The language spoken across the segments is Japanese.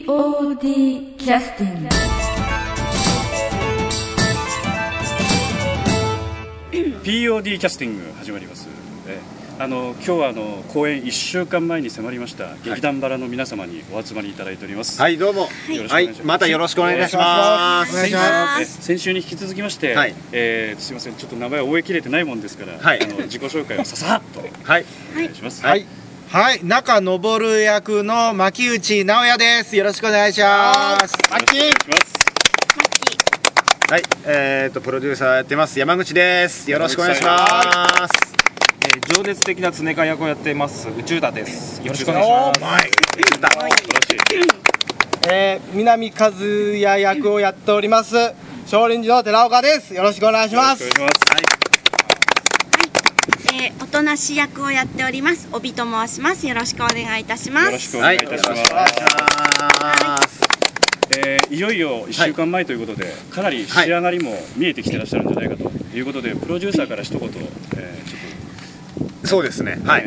POD キャスティング POD キャスティング始まります。今日は公演1週間前に迫りました劇団バラの皆様にお集まりいただいております。 はい、どうも。はい、またよろしくお願いいたします。 お願いします。先週に引き続きまして、はい、すいません、ちょっと名前を覚えきれてないもんですから、はい、自己紹介をささっとお願いします。 はい、はい、中昇役の牧内直也です。よろしくお願いします。 はい、プロデューサーやってます山口です。よろしくお願いします。 情熱的な常川役をやっています宇宙太です。よろしくお願いします。 南和也役をやっております少林寺の寺岡です。よろしくお願いします。 おとなし役をやっております帯と申します。よろしくお願いいたします。 よろしくお願いいたします。いよいよ1週間前ということで、かなり仕上がりも見えてきてらっしゃるんじゃないかということで、プロデューサーから一言、 そうですね、はい、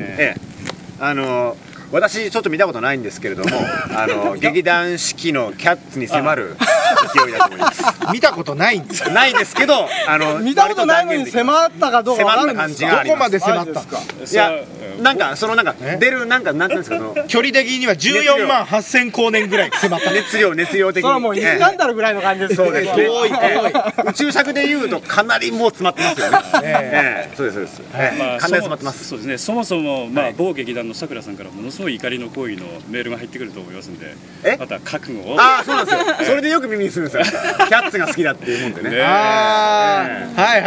私ちょっと見たことないんですけれども劇団四季のキャッツに迫る勢いだと思います。 見たことないんですか？ ないですけど見たことないのに迫ったかどうか分かるんですか？どこまで迫ったんですか？ いや、なんか出るなんていうんですか、 距離的には14万8000光年ぐらい迫った熱量的に。 それはもうイスカンダルぐらいの感じです。 そうです。宇宙尺でいうとかなりもう詰まってますよね。そうですそうです。かなり詰まってます。 そうですね。そもそも某劇団のさくらさんからものすごい怒りの行為のメールが入ってくると思いますんで、また覚悟を。 ああ、そうなんですよ。それでよく耳にするんですよ。キャッツが好きだっていうもんでね。 はい。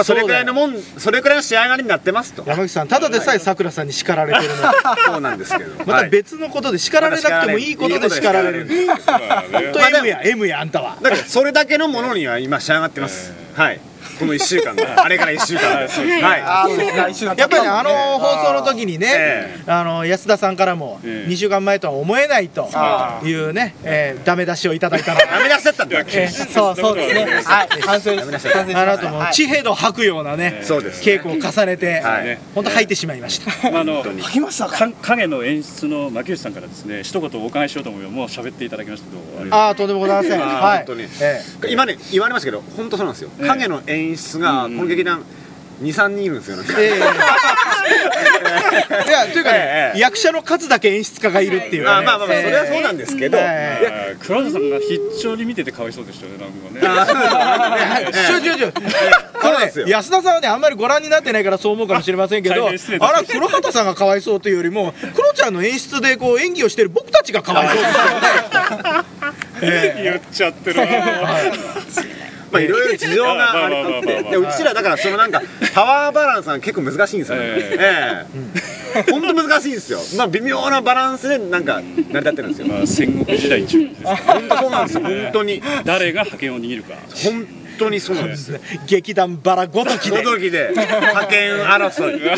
それくらいの仕上がりになってますと。 山口さん、ただでさえさくらさんに叱られてるの。 そうなんですけど。 また別のことで叱られなくてもいいことで叱られるんです。本当 M やあんたは。 だからそれだけのものには今仕上がってます。はい。この1週間あれから1週間。 はい。やっぱりね、放送の時にね、安田さんからも2週間前とは思えないというね、ダメ出しをいただいたの。 ダメ出しだったんだ。 そうですね。はい。反省あなたも地平道吐くようなね、稽古を重ねて本当吐いてしまいました。 吐きましたか？影の演出の牧内さんからですね、一言お伺いしようと思うよ。もう喋っていただきましたけど。 ああ、とんでもございません。はい。 今ね言われましたけど、本当そうなんですよ。影の演出がこの劇団2、3人いるんですよね。いや、というかね、役者の数だけ演出家がいるっていうかね。 まあそれはそうなんですけど、 黒田さんが必聴に見ててかわいそうでしたよね、なんかね。 安田さんはね、あんまりご覧になってないからそう思うかもしれませんけど、黒畑さんがかわいそうというよりも、クロちゃんの演出でこう演技をしている僕たちがかわいそうですよね。 言っちゃってる。 まあいろいろ事情がありとって、うちらだからパワーバランスが結構難しいんですよね。本当難しいんですよ。まあ微妙なバランスで成り立ってるんですよ。 戦国時代中。 本当そうなんですよ。本当に誰が覇権を握るか。 本当にそうなんですね。 劇団バラごときで覇権争い。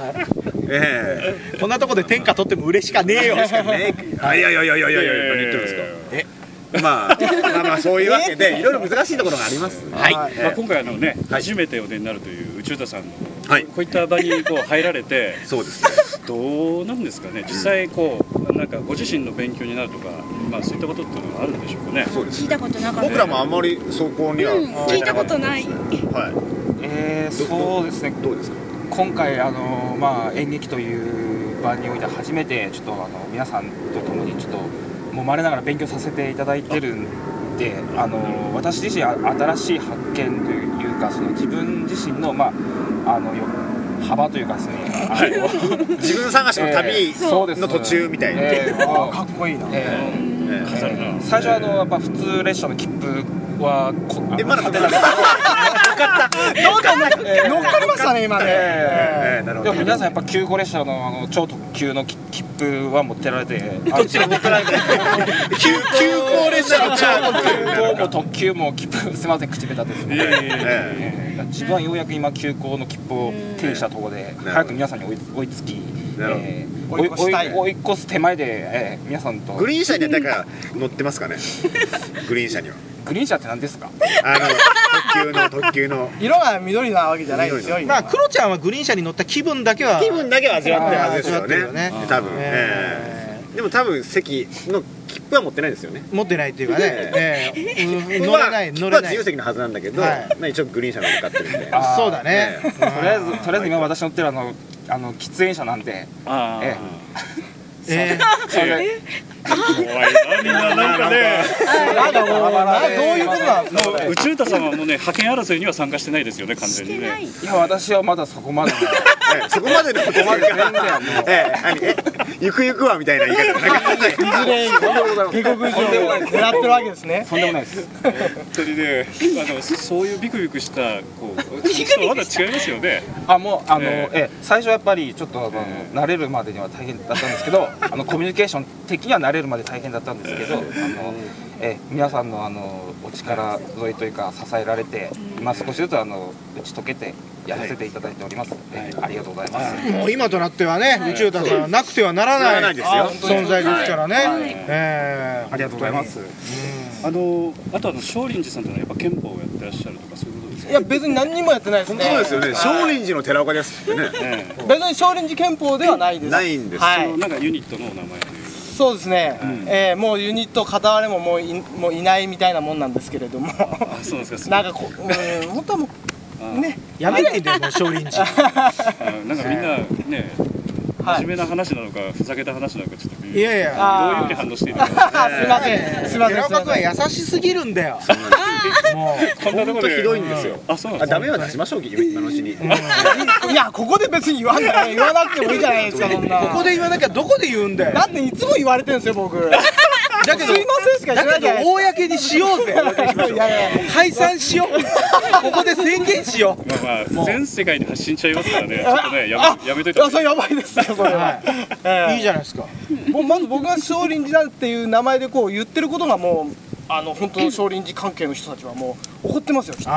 こんなとこで天下取っても嬉しかねえよ。 いや何言ってるんですか。まあそういうわけでいろいろ難しいところがあります。 はい。今回初めてお出になるという宇宙太さんのこういった場にこう入られて、 そうです。 どうなんですかね。実際こうなんかご自身の勉強になるとか、そういったことっていうのはあるんでしょうかね。 そうです。 聞いたことなかった。 僕らもあんまりそこには聞いたことない。 はい。 そうですね。 どうですか。 今回演劇という場において初めてちょっと皆さんと共にちょっともうまれながら勉強させていただいてるんで、私自身新しい発見というか、その自分自身の幅というかですね、 自分探しの旅の途中みたいな。 かっこいいな。 最初はやっぱ普通列車の切符はまだ立てなかった。 乗っかりましたね今ね。 でも皆さんやっぱ急行列車の超特急の切符は持ってられて、 どっちが持ってられて急行列車の超特急も切符、すみません口下手ですね。自分はようやく今急行の切符を手にしたところで早く皆さんに追いつき、追い越す手前で皆さんと。 グリーン車にだから乗ってますかね。グリーン車には。 グリーン車って何ですか？ 特急の色が緑なわけじゃないですよ。まあクロちゃんはグリーン車に乗った気分だけは味わってるはずですよね。多分。 でも多分席の切符は持ってないですよね。 持ってないっていうかね、乗れない切符は自由席のはずなんだけど、一応グリーン車乗っかってるんで。 そうだね。 とりあえず今私乗ってる喫煙車なんで。 怖いな、みんななんかね、 なんかもうどういうことなんですか。 宇宙太さんはもうね、派遣争いには参加してないですよね、完全にね。 いや、私はまだそこまで。 そこまでのことまで全然ゆくゆくはみたいな言い方。 いずれ下克上を狙ってるわけですね。 とんでもないです。 本当にね、そういうビクビクしたこう人はまだ違いますよね。 もう最初やっぱりちょっと慣れるまでには大変だったんですけど、コミュニケーション的には慣れるまで大変だったんですけど、皆さんのお力添えというか支えられて、今少しずつ打ち解けてやらせていただいております。ありがとうございます。 もう今となってはね、宇宙太さんはなくてはならない存在ですからね。 ありがとうございます。 あと少林寺さんというのはやっぱ憲法をやってらっしゃるとかそういうことですか。 いや別に何にもやってないですね。 そうですよね。少林寺の寺岡ですってね。 別に少林寺憲法ではないです。 ないんです。 なんかユニットのお名前という。 そうですね。もうユニット片割れももういないみたいなもんなんですけれども。 そうですか。 なんか本当はもうね、 やめないでもう少林寺。 なんかみんなね。真面目な話なのかふざけた話なのかちょっといやいやどういうふうに反応していいのか。 すいませんすいません。 寺岡君は優しすぎるんだよ。 もうこんなところひどいんですよ。ダメは出しましょう今のうちに。 いやここで別に言わなくてもいいじゃないですかそんな。 ここで言わなきゃどこで言うんだよ。 だっていつも言われてるんですよ僕。 だけどすいませんしか言わないじゃないですか。 公にしようぜ。解散しよう。ここで宣言しよう。 まあ全世界に発信しちゃいますからね。ちょっとねやめといて。 それやばいですよそれは。 いいじゃないですか。 もうまず僕が少林寺なんていう名前でこう言ってることがもう本当の少林寺関係の人たちはもう怒ってますよ。 い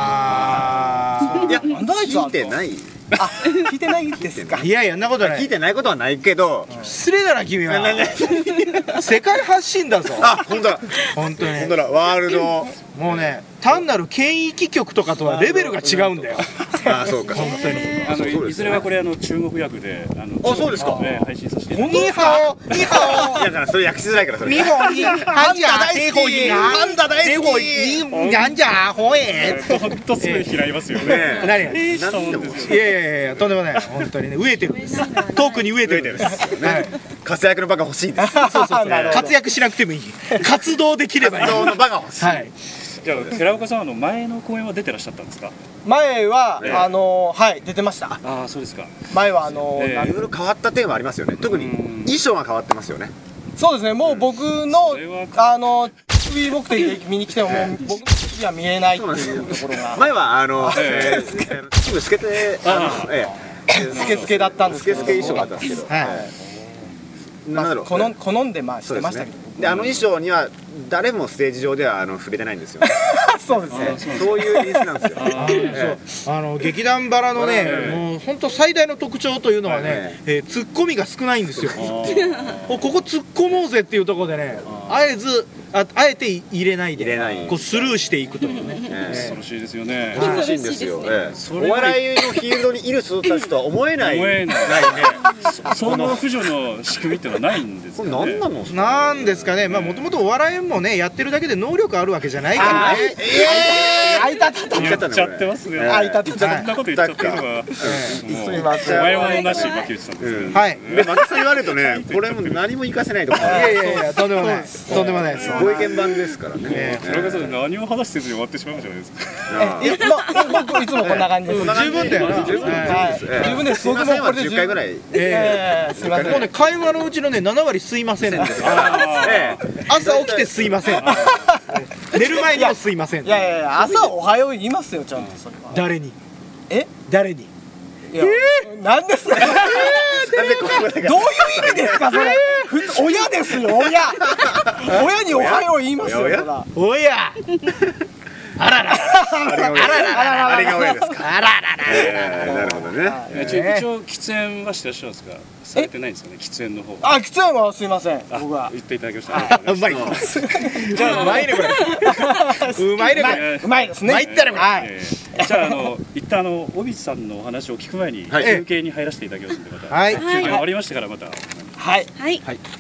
や聞いてない。 聞いてないですか。 いやいや、そんなことない。 聞いてないことはないけど失礼だな君は。世界発信だぞ。 本当だ本当に本当だ。ワールドもうね、単なる県域局とかとはレベルが違うんだよ。 そうか。 本当にいずれはこれ中国訳でそうですか。 配信させて。 ニーハオニーハオ。 だからそれ訳しづらいからそれ。 日本にパンダ大好き。 パンダ大好き。 なんじゃほえ。 本当すごい開いますよね。 何？ いやいやとんでもない。本当にね飢えてるんです。トークに飢えてるんです。 活躍の場が欲しいです。 そう活躍しなくてもいい。活動できればいい。 活動の場が欲しい。 はい。 じゃあ寺岡さん前の公演は出てらっしゃったんですか。 前ははい出てました。 そうですか。 前はいろいろ変わった点はありますよね。特に衣装が変わってますよね。 そうですね。もう僕の首目的で見に来てももう僕には見えないっていうところが。 前はすぐ透けてスケスケだったんですけど。 スケスケ衣装だったんですけど。なんだろう。 好んでしてましたけど。 で衣装には誰もステージ上では触れてないんですよ。 そうですね。 そういう演出なんですよ。 そう劇団バラのねもう本当最大の特徴というのはねツッコミが少ないんですよ。ここ突っ込もうぜっていうところでねあえて入れないでこうスルーしていくというね。 恐ろしいですよね。 恐ろしいんですよ。お笑いのフィールドにいる人たちとは思えない。 思えないね。その駆除の仕組みっていうのはないんですよね。 これ何なの？ なんですかね。まあもともとお笑いもねやってるだけで能力あるわけじゃないからね。 あいたたた言っちゃってますね。 あいたたた。 そんなこと言っちゃってるのがすみません。 前物なし牧内さんです。 はい。 で牧さん言われるとねこれも何も活かせないとか。 いやとんでもないとんでもないです。 ご意見番ですからね。 寺岡さん何も話せずに終わってしまうじゃないですか。 僕いつもこんな感じです。 十分だよな。 十分です。 僕もこれで 10回ぐらい。 すみません。 もうね会話のうちのね7割すいませんです。朝起きてすいません。寝る前にもすいません。 いや朝おはよう言いますよちゃんとそれは。 誰に？誰に？ いや何ですか？どういう意味ですかそれ？親ですよ親。親におはよう言いますよ。 親。あららあれが親ですか。 あららなるほどね。 一応喫煙はしてらっしゃるんですか。されてないんですかね喫煙の方。 喫煙はすいません僕は。 言っていただきました。 うまい。じゃあうまいねこれ。うまいねこれ。 うまいですね。 参ったねこれ。 じゃあ一旦帯さんのお話を聞く前に休憩に入らせていただきますのでまた休憩終わりましてからまた。 はい。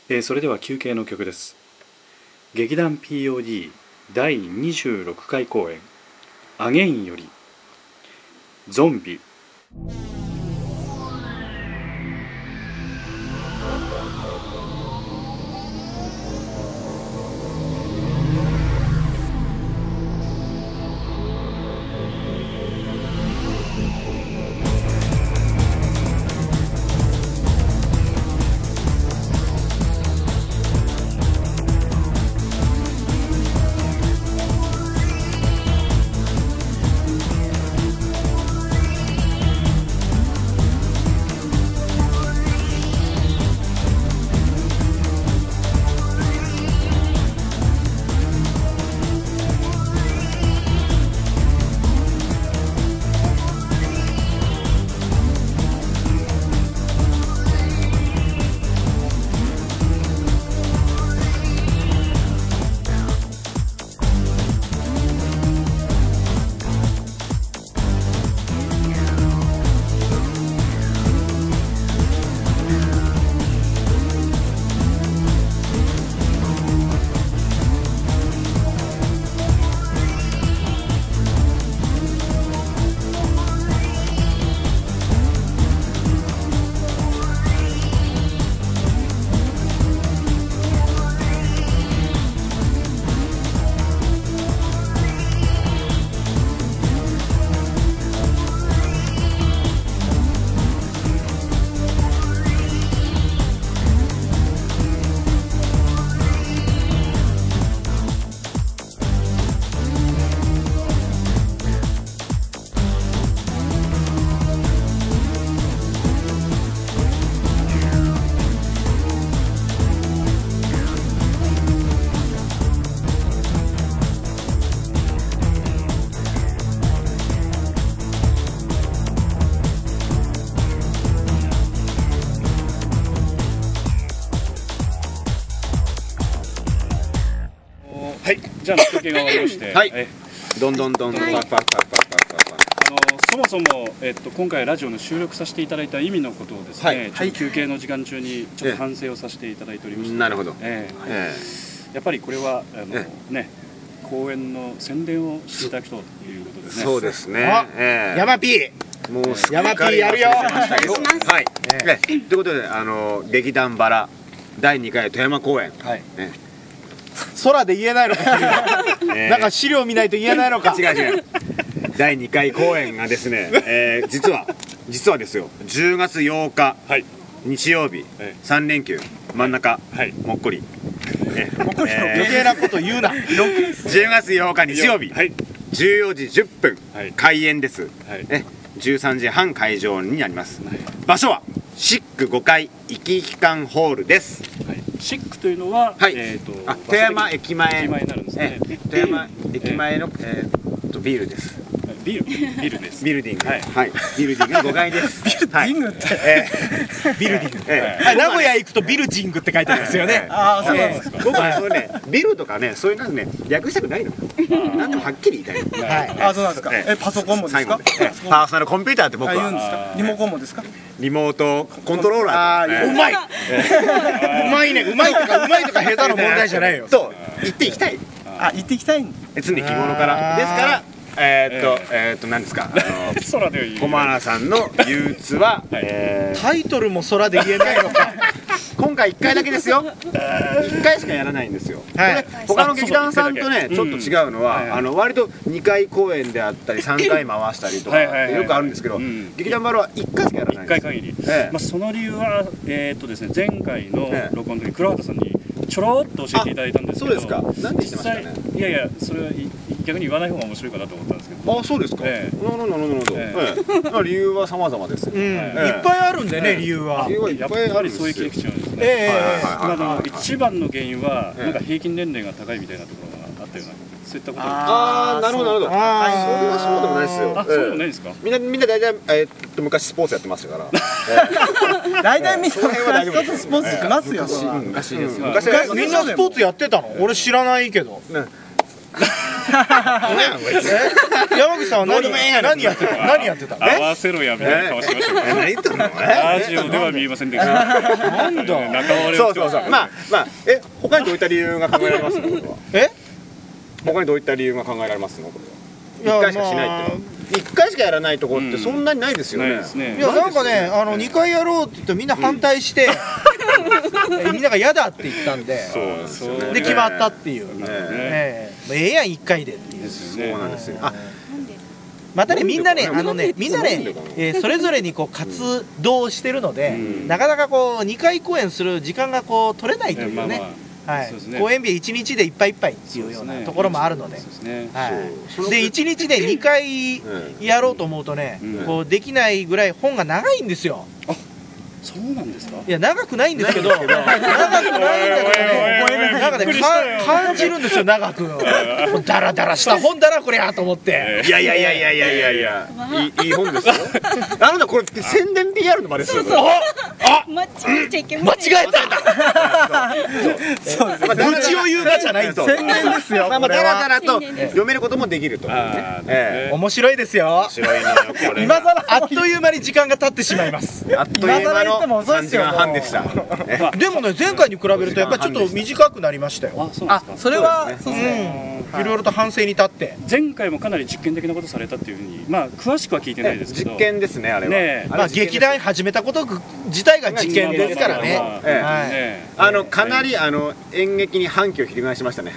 それでは休憩の曲です。劇団 POD 第26回公演アゲインよりゾンビ。はい、じゃあ休憩が終わりましてはい、どんどんパッパッパッパッパッパッそもそも、今回ラジオの収録させていただいた意味のことをですね、ちょっと休憩の時間中にちょっと反省をさせていただいておりまして、 なるほど、 やっぱりこれは公演の宣伝をしていただくということですね。 そうですね。 山 P もう山 P やるよ。 はい。ということで劇団バラ第2回富山公演。 はい。空で言えないのか。なんか資料見ないと言えないのか。 違う。第2回公演がですね、実はですよ、10月8日日曜日3連休真ん中もっこり。 余計なこと言うな。 10月8日日曜日14時10分開演です。13時半会場になります。場所はシック5階行き来館ホールです。 シックというのは富山駅前になるんですね。 富山駅前のビルです。 ビルです。 ビルディング。はい。ビルディング5階です。 ビルディングって。 ビルディング。名古屋行くとビルジングって書いてあるんですよね。 ああ、そうなんですか。 僕はそうね、ビルとかね、そういうのね、略したくないの。なんでもはっきり言いたい。 はい。あ、そうなんですか。パソコンもですか。 パーソナルコンピューターって僕は。 言うんですか。リモコンもですか。 リモートコントローラー。 ああ、うまい。うまいね。うまいとか下手な問題じゃないよ。 そう。行っていきたい。 あ、行っていきたい。 常日頃から。ですから。何ですか。駒原さんの憂鬱はタイトルも空で言えないのか。 今回1回だけですよ。1回しかやらないんですよ。他の劇団さんとねちょっと違うのは割と2回公演であったり3回回したりとかよくあるんですけど、劇団バラは1回しかやらないんです。 1回限り。その理由はですね、前回の録音の時黒畑さんにちょろっと教えていただいたんですけど、 そうですか。なんでしてましたね。 いやそれは逆に言わない方が面白いかなと思ったんですけど。 あ、そうですか。なるほど。理由は様々です。いっぱいあるんでね、理由は。 やっぱりそういう切り口なんですね。一番の原因はなんか平均年齢が高いみたいなところがあったような、そういったこと。 ああ、なるほど。それはそうでもないですよ。 あ、そうでもないですか。 みんな大体昔スポーツやってましたから。 大体みんなスポーツしますよ。 昔です。 みんなスポーツやってたの？俺知らないけど。 山口さんは何やってた？何やってた？ 合わせろやみたいな顔してましたけど。 何言ってんの？ ラジオでは見えませんでした。 なんだ。 仲割れそうそうそう。まあ他にどういった理由が考えられますの？他にどういった理由が考えられますの？これは。1回しかしないってのは。1回しかやらないとこってそんなにないですよね。 いやなんかね2回やろうって言ってみんな反対してみんなが嫌だって言ったんでで決まったっていうええやん1回でっていう。 そうなんですよ。 またねみんなねみんなねそれぞれにこう活動してるのでなかなかこう2回公演する時間がこう取れないというね。公演日1日でいっぱいいっぱいっていうようなところもあるのでで1日で2回やろうと思うとねこうできないぐらい本が長いんですよ。 そうなんですか？ いや長くないんですけど長くないんだけどねなんかね感じるんですよ長くダラダラした本だなこれやと思って。 いやいい本ですよ。あなたこれ宣伝 PR の場ですよ。 間違えちゃいけ間違ません。 えた愚痴を言うなじゃないんです。 宣伝ですよ。 ダラダラと読めることもできると面白いですよ。今更あっという間に時間が経ってしまいます。 あっという間の3時間半でした。 でもね前回に比べるとやっぱりちょっと短くなりましたよ。 あ、それはそうですね。 いろいろと反省に立って前回もかなり実験的なことされたっていうふうにまあ詳しくは聞いてないですけど実験ですねあれは。 まあ劇団始めたこと自体が実験ですからね。 かなり演劇に反旗を翻しましたね。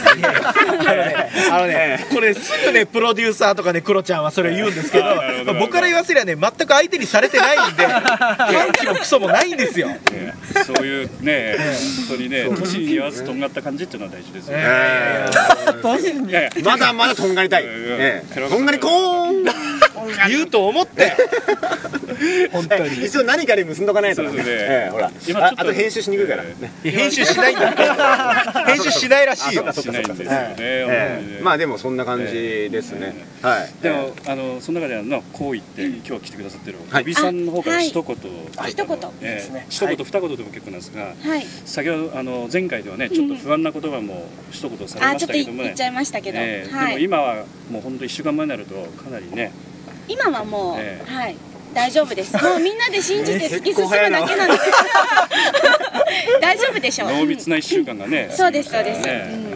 これすぐねプロデューサーとかねクロちゃんはそれを言うんですけど僕から言わせりゃね全く相手にされてないんで反旗もクソもないんですよ。 そういうね本当にね年に言わずとんがった感じっていうのは大事ですよね。 まだまだとんがりたい。とんがりコーン言うと思って本当に一応何かで結んどかないとね。ほらあと編集しにくいから。 編集しないんだ。編集しないらしいよ。 しないんですよね。 まあでもそんな感じですね。 でもその中でこう言って今日来てくださってる小木さんの方から一言一言二言でも結構なんですが、先ほど前回ではねちょっと不安な言葉も一言されましたけどもね。 言っちゃいましたけど。 でも今はもう本当1週間前になるとかなりね。 今はもう大丈夫です。もうみんなで信じて突き進むだけなので大丈夫でしょう。 濃密な1週間がね。 そうですそうです。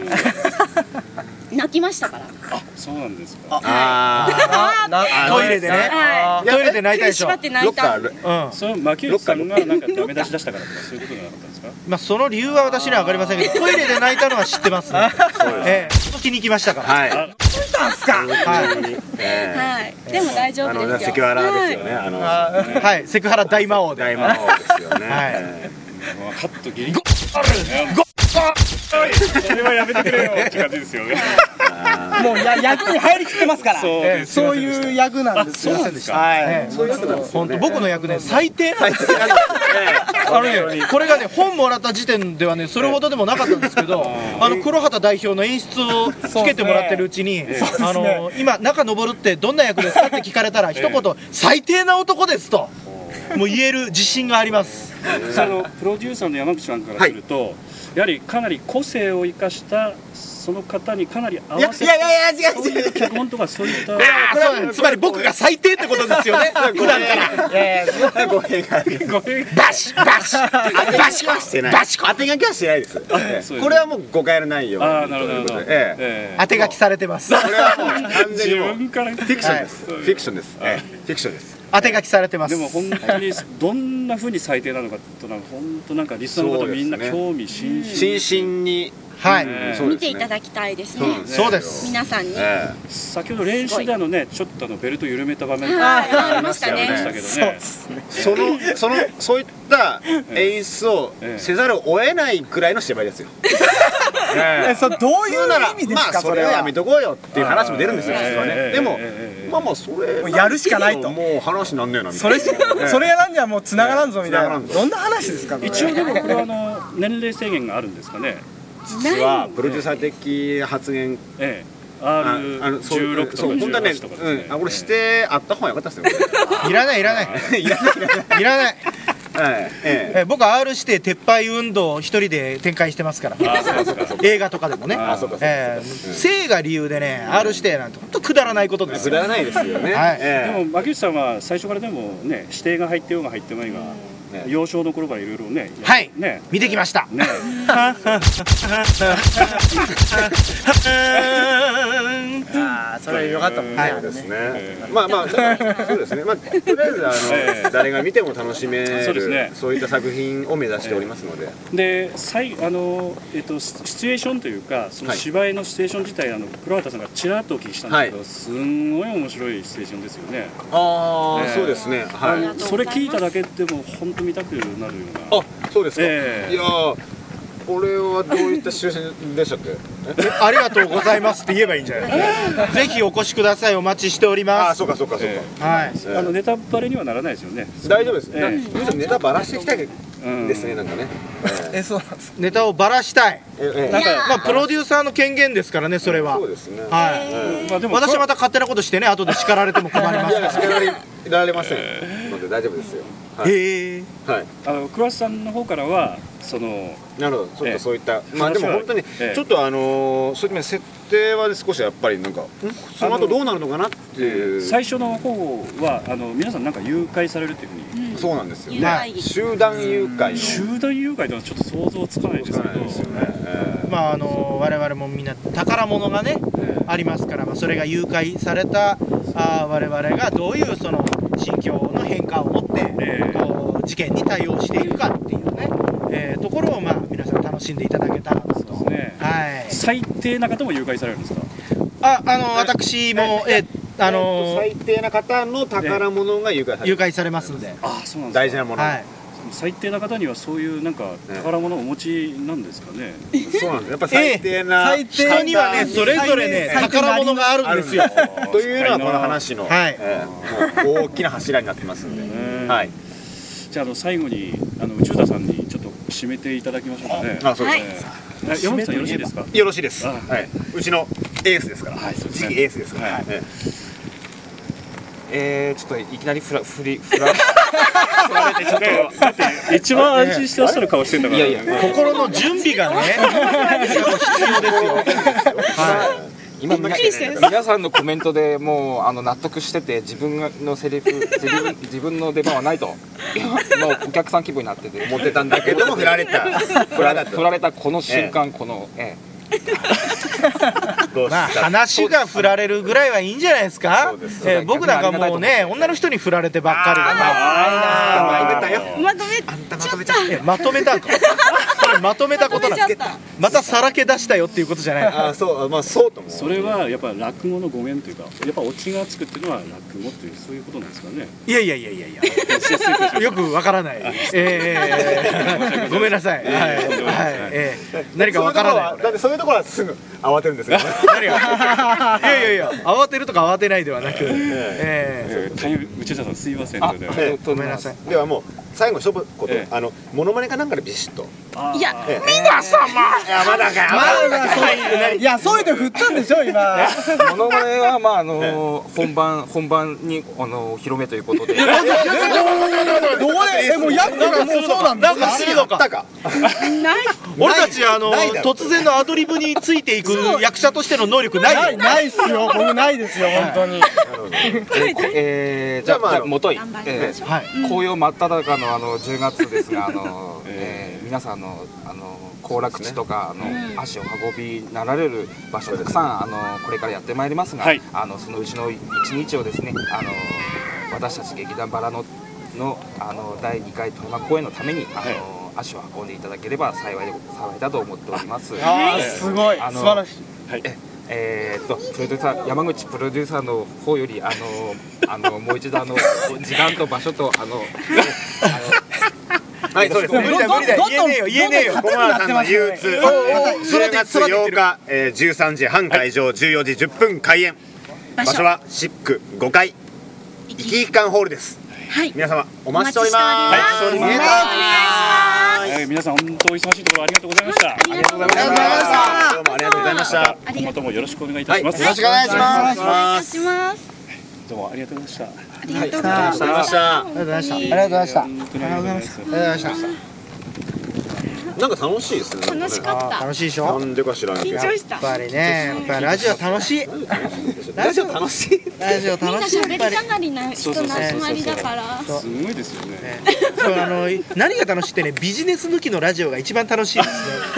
泣きましたから。 あ、そうなんですか。 トイレでね。トイレで泣いたでしょ。 縛って泣いた。 その牧内さんがなんかダメ出し出したからとかそういうことじゃなかったんですか。 まあその理由は私には分かりませんけどトイレで泣いたのは知ってますね。聞きに行きましたから。 はい。 なんすか。 はい。でも大丈夫ですよ。 セクハラですよね。 はい。セクハラ大魔王で。 大魔王ですよね。はい。 カットギリギリ。それはやめてくれよって感じですよね。 もう役に入りきってますから。そういう役なんですよ。 そうなんですか。はい。そういう役なんですよ。 本当僕の役ね最低なんですよ。これがね本もらった時点ではねそれほどでもなかったんですけど黒畑代表の演出をつけてもらってるうちに今中昇ってどんな役ですかって聞かれたら一言最低な男ですともう言える自信があります。 プロデューサーの山口さんからするとやはりかなり個性を生かしたその方にかなり合わせてそういう脚本とかそういったつまり僕が最低ってことですよね普段から語弊があるバシバシバシはしてない当て書きはしてないですこれはもう誤解のないようになるほど当て書きされてますこれはもう完全にもうフ自分からィクションですフィクションですフィクションです当て書きされてます。 でも本当にどんな風に最低なのかとなんか本当なんかリスナーの方みんな興味津々 に見ていただきたいですね。 そうです。 皆さんに。 先ほど練習でねちょっとベルト緩めた場面ありましたね。 そういった演出をせざるを得ないくらいの芝居ですよ。 それどういう意味ですか。 それはやめとこうよっていう話も出るんですよ。でもまあそれやるしかないと。 もう話なんねえなみたいな。 それやらんにはもう繋がらんぞみたいな。どんな話ですか。 一応でもこれは年齢制限があるんですかね。 実はプロデューサー的発言 16とか18とかこれしてあった方が良かったですよ。 いらないいらないいらない僕は R 指定撤廃運動を一人で展開してますから、映画とかでもね。性が理由でね R 指定なんて本当くだらないことです。 くだらないですよね。 でも牧内さんは最初からでもね指定が入ってようが入ってまいが幼少の頃からいろいろね、 はい見てきました。 それ良かったもんね。 ですね。まあそうですね。まあとりあえず誰が見ても楽しめるそういった作品を目指しておりますので。 でシチュエーションというかその芝居のシチュエーション自体黒畑さんがちらっとお聞きしたんですけど、すんごい面白いシチュエーションですよね。 ああそうですね。はい。 それ聞いただけでも本当見たくなるような。 あ、そうですか。いやこれはどういったシチュエーションでしたっけ？ ありがとうございますって言えばいいんじゃないですか。ぜひお越しください。お待ちしております。 あ、そうか。 はい。ネタバレにはならないですよね。 大丈夫です。ネタバラしていきたいですね、なんかね。 そうなんです。 ネタをバラしたい。なんかプロデューサーの権限ですからね、それは。 そうですね。 はい。私はまた勝手なことしてね、後で叱られても困りますから。 叱られませんので大丈夫ですよ。 へえ。 はい。 黒橋さんの方からはなるほど、ちょっとそういったまあでも本当にちょっとそういう設定は少しやっぱりなんかその後どうなるのかなっていう。 最初の方は皆さんなんか誘拐されるっていうふうに。 そうなんですよね。集団誘拐。 集団誘拐とはちょっと想像つかないですけど。 まあ我々もみんな宝物がねありますから、それが誘拐された我々がどういうその心境の変化を持って事件に対応していくかっていうねところを皆さん楽しんでいただけたらと。 そうですね。はい。最低な方も誘拐されるんですか？ 私も最低な方の宝物が誘拐されますんで。 あ、そうなんですか。 大事なもの。 最低な方にはそういうなんか宝物をお持ちなんですかね。 そうなんです。やっぱ最低な人にはねそれぞれね宝物があるんですよ。 というのはこの話の大きな柱になってますんで。はい。 じゃあ最後に内田さんにちょっと締めていただきましょうかね。 あ、そうです。 山口さんよろしいですか？ よろしいです。はい。うちのエースですから。はい。次期エースですから。 ちょっといきなり振られてちょっと一番安心してらっしゃる顔してんだから。 いや心の準備がね必要ですよ。 はい。今皆さんのコメントでもう納得してて自分のセリフ自分の出番はないともうお客さん気分になってて思ってたんだけども振られたこの瞬間この話が振られるぐらいはいいんじゃないですか。僕なんかもうね女の人に振られてばっかりでまとめたんかまとめたことなんです。またさらけ出したよっていうことじゃない。 あ、そう、まあそうとも。 それはやっぱ落語の語源というかやっぱオチがつくっていうのは落語っていうそういうことなんですかね。 いやよくわからない。ごめんなさい。何かわからない。 だってそういうところはすぐ慌てるんですよ。 何が？いや慌てるとか慌てないではなく。 内田さんすいません。 ごめんなさい。 ではもう最後一言モノマネかなんかでビシッと。 いや皆様。 まだか。 いやそういうの振ったんでしょ今。 モノマネは本番に広めということで。 どこでもうやったらもうそうなんだ。 なんかするのか。俺たち突然のアドリブについていく役者としての能力ない。 ないっすよ。僕ないですよ本当に。 じゃあもとい紅葉真っ只中の10月ですが皆さんの行楽地とか足を運びなられる場所たくさんこれからやってまいりますがそのうちの一日をですね私たち劇団バラの第2回富山公演のために足を運んでいただければ幸いだと思っております。 すごい素晴らしい。 プロデューサー山口プロデューサーの方よりもう一度時間と場所とはい、そうですね。 言えねえよ。 小村さんの憂鬱。10月8日13時半会場、14時10分開演。場所はシック5階生き生き館ホールです。皆様お待ちしております。 皆さん本当お忙しいところありがとうございました。 ありがとうございました。どうもありがとうございました。 今後ともよろしくお願いいたします。 よろしくお願いします。 お願いします。 どうもありがとうございました。 ありがとうございました。 ありがとうございました。ありがとうございました。ありがとうございました。 なんか楽しいですね。 楽しかった。 楽しいでしょ。 なんでか知らないけど。 緊張した。 やっぱりね、やっぱラジオ楽しい。 ラジオ楽しい。 ラジオ楽しい。 みんな喋りたがりな人の集まりだから。 すごいですよね。 そう何が楽しいってね、ビジネス抜きのラジオが一番楽しいですね。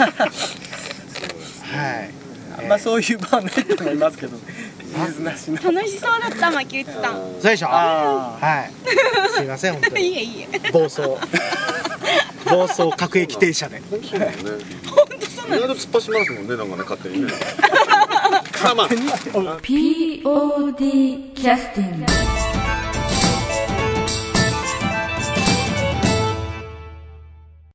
はい。 あんまそういう場はないと思いますけど。 楽しそうだった牧内さん。 そうでしょ。はい。すいません本当に。 いえいえ。 暴走各駅停車で。 本当だよね。意外と突っ走りますもんね、なんかね、勝手にね。 POD キャスティング。